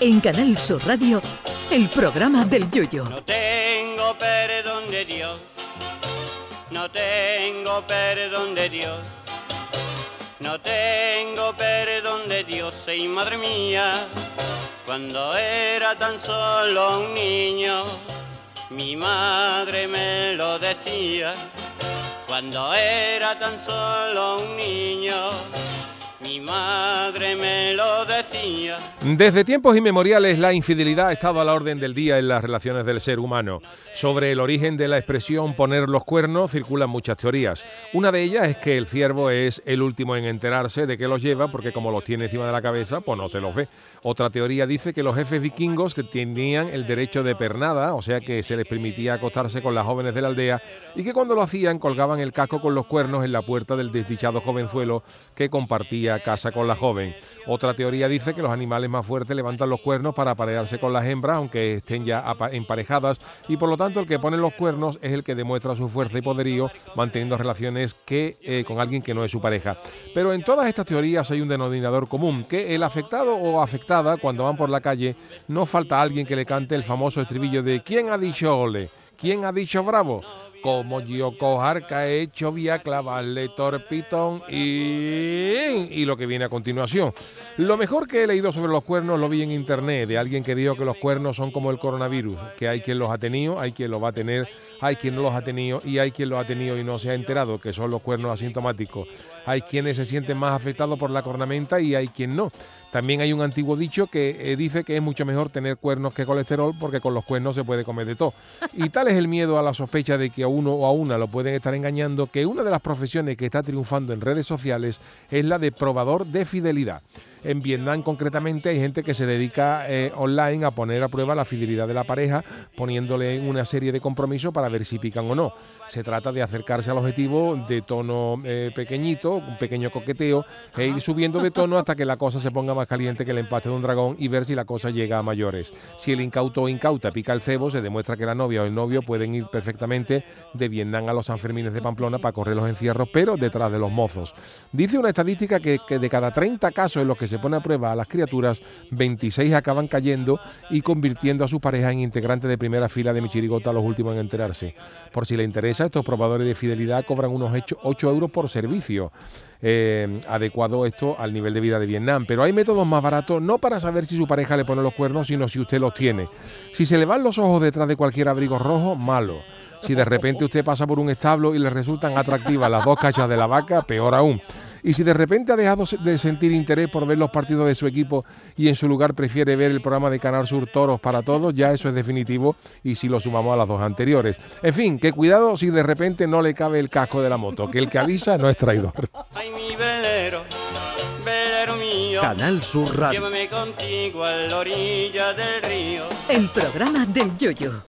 En Canal Sur Radio, el programa del Yoyo. No tengo perdón de Dios, no tengo perdón de Dios, no tengo perdón de Dios, y madre mía, cuando era tan solo un niño, mi madre me lo decía, cuando era tan solo un niño, mi madre me lo decía. Desde tiempos inmemoriales la infidelidad ha estado a la orden del día en las relaciones del ser humano. Sobre el origen de la expresión poner los cuernos circulan muchas teorías. Una de ellas es que el ciervo es el último en enterarse de que los lleva porque como los tiene encima de la cabeza, pues no se los ve. Otra teoría dice que los jefes vikingos que tenían el derecho de pernada, o sea que se les permitía acostarse con las jóvenes de la aldea y que cuando lo hacían colgaban el casco con los cuernos en la puerta del desdichado jovenzuelo que compartía casa con la joven. Otra teoría dice que los animales más fuertes levantan los cuernos para aparearse con las hembras, aunque estén ya emparejadas, y por lo tanto el que pone los cuernos es el que demuestra su fuerza y poderío manteniendo relaciones con alguien que no es su pareja. Pero en todas estas teorías hay un denominador común, que el afectado o afectada, cuando van por la calle, no falta alguien que le cante el famoso estribillo de ¿quién ha dicho ole? ¿Quién ha dicho bravo? Como yo cojarca he hecho, voy a clavarle torpitón y lo que viene a continuación. Lo mejor que he leído sobre los cuernos lo vi en internet, de alguien que dijo que los cuernos son como el coronavirus, que hay quien los ha tenido, hay quien los va a tener, hay quien no los ha tenido y hay quien los ha tenido y no se ha enterado, que son los cuernos asintomáticos. Hay quienes se sienten más afectados por la cornamenta y hay quien no. También hay un antiguo dicho que dice que es mucho mejor tener cuernos que colesterol porque con los cuernos se puede comer de todo. Y tal es el miedo a la sospecha de que a uno o a una lo pueden estar engañando, que una de las profesiones que está triunfando en redes sociales es la de probador de fidelidad. En Vietnam concretamente hay gente que se dedica online a poner a prueba la fidelidad de la pareja, poniéndole una serie de compromisos para ver si pican o no. Se trata de acercarse al objetivo de tono pequeñito, un pequeño coqueteo, e ir subiendo de tono hasta que la cosa se ponga más caliente que el empaste de un dragón y ver si la cosa llega a mayores. Si el incauto o incauta pica el cebo, se demuestra que la novia o el novio pueden ir perfectamente de Vietnam a los Sanfermines de Pamplona para correr los encierros, pero detrás de los mozos. Dice una estadística que de cada 30 casos en los que se pone a prueba a las criaturas, 26 acaban cayendo y convirtiendo a sus parejas en integrantes de primera fila de mi chirigota, los últimos en enterarse. Por si le interesa, estos probadores de fidelidad cobran unos 8 euros por servicio. Adecuado esto al nivel de vida de Vietnam, pero hay métodos más baratos, no para saber si su pareja le pone los cuernos, sino si usted los tiene. Si se le van los ojos detrás de cualquier abrigo rojo, malo. Si de repente usted pasa por un establo y le resultan atractivas las dos cachas de la vaca, peor aún. Y si de repente ha dejado de sentir interés por ver los partidos de su equipo y en su lugar prefiere ver el programa de Canal Sur Toros para Todos, ya eso es definitivo y si lo sumamos a las dos anteriores. En fin, que cuidado si de repente no le cabe el casco de la moto, que el que avisa no es traidor. Ay, mi velero, velero mío, Canal Sur Radio. llévame contigo a la orilla del río. El programa del Yoyo.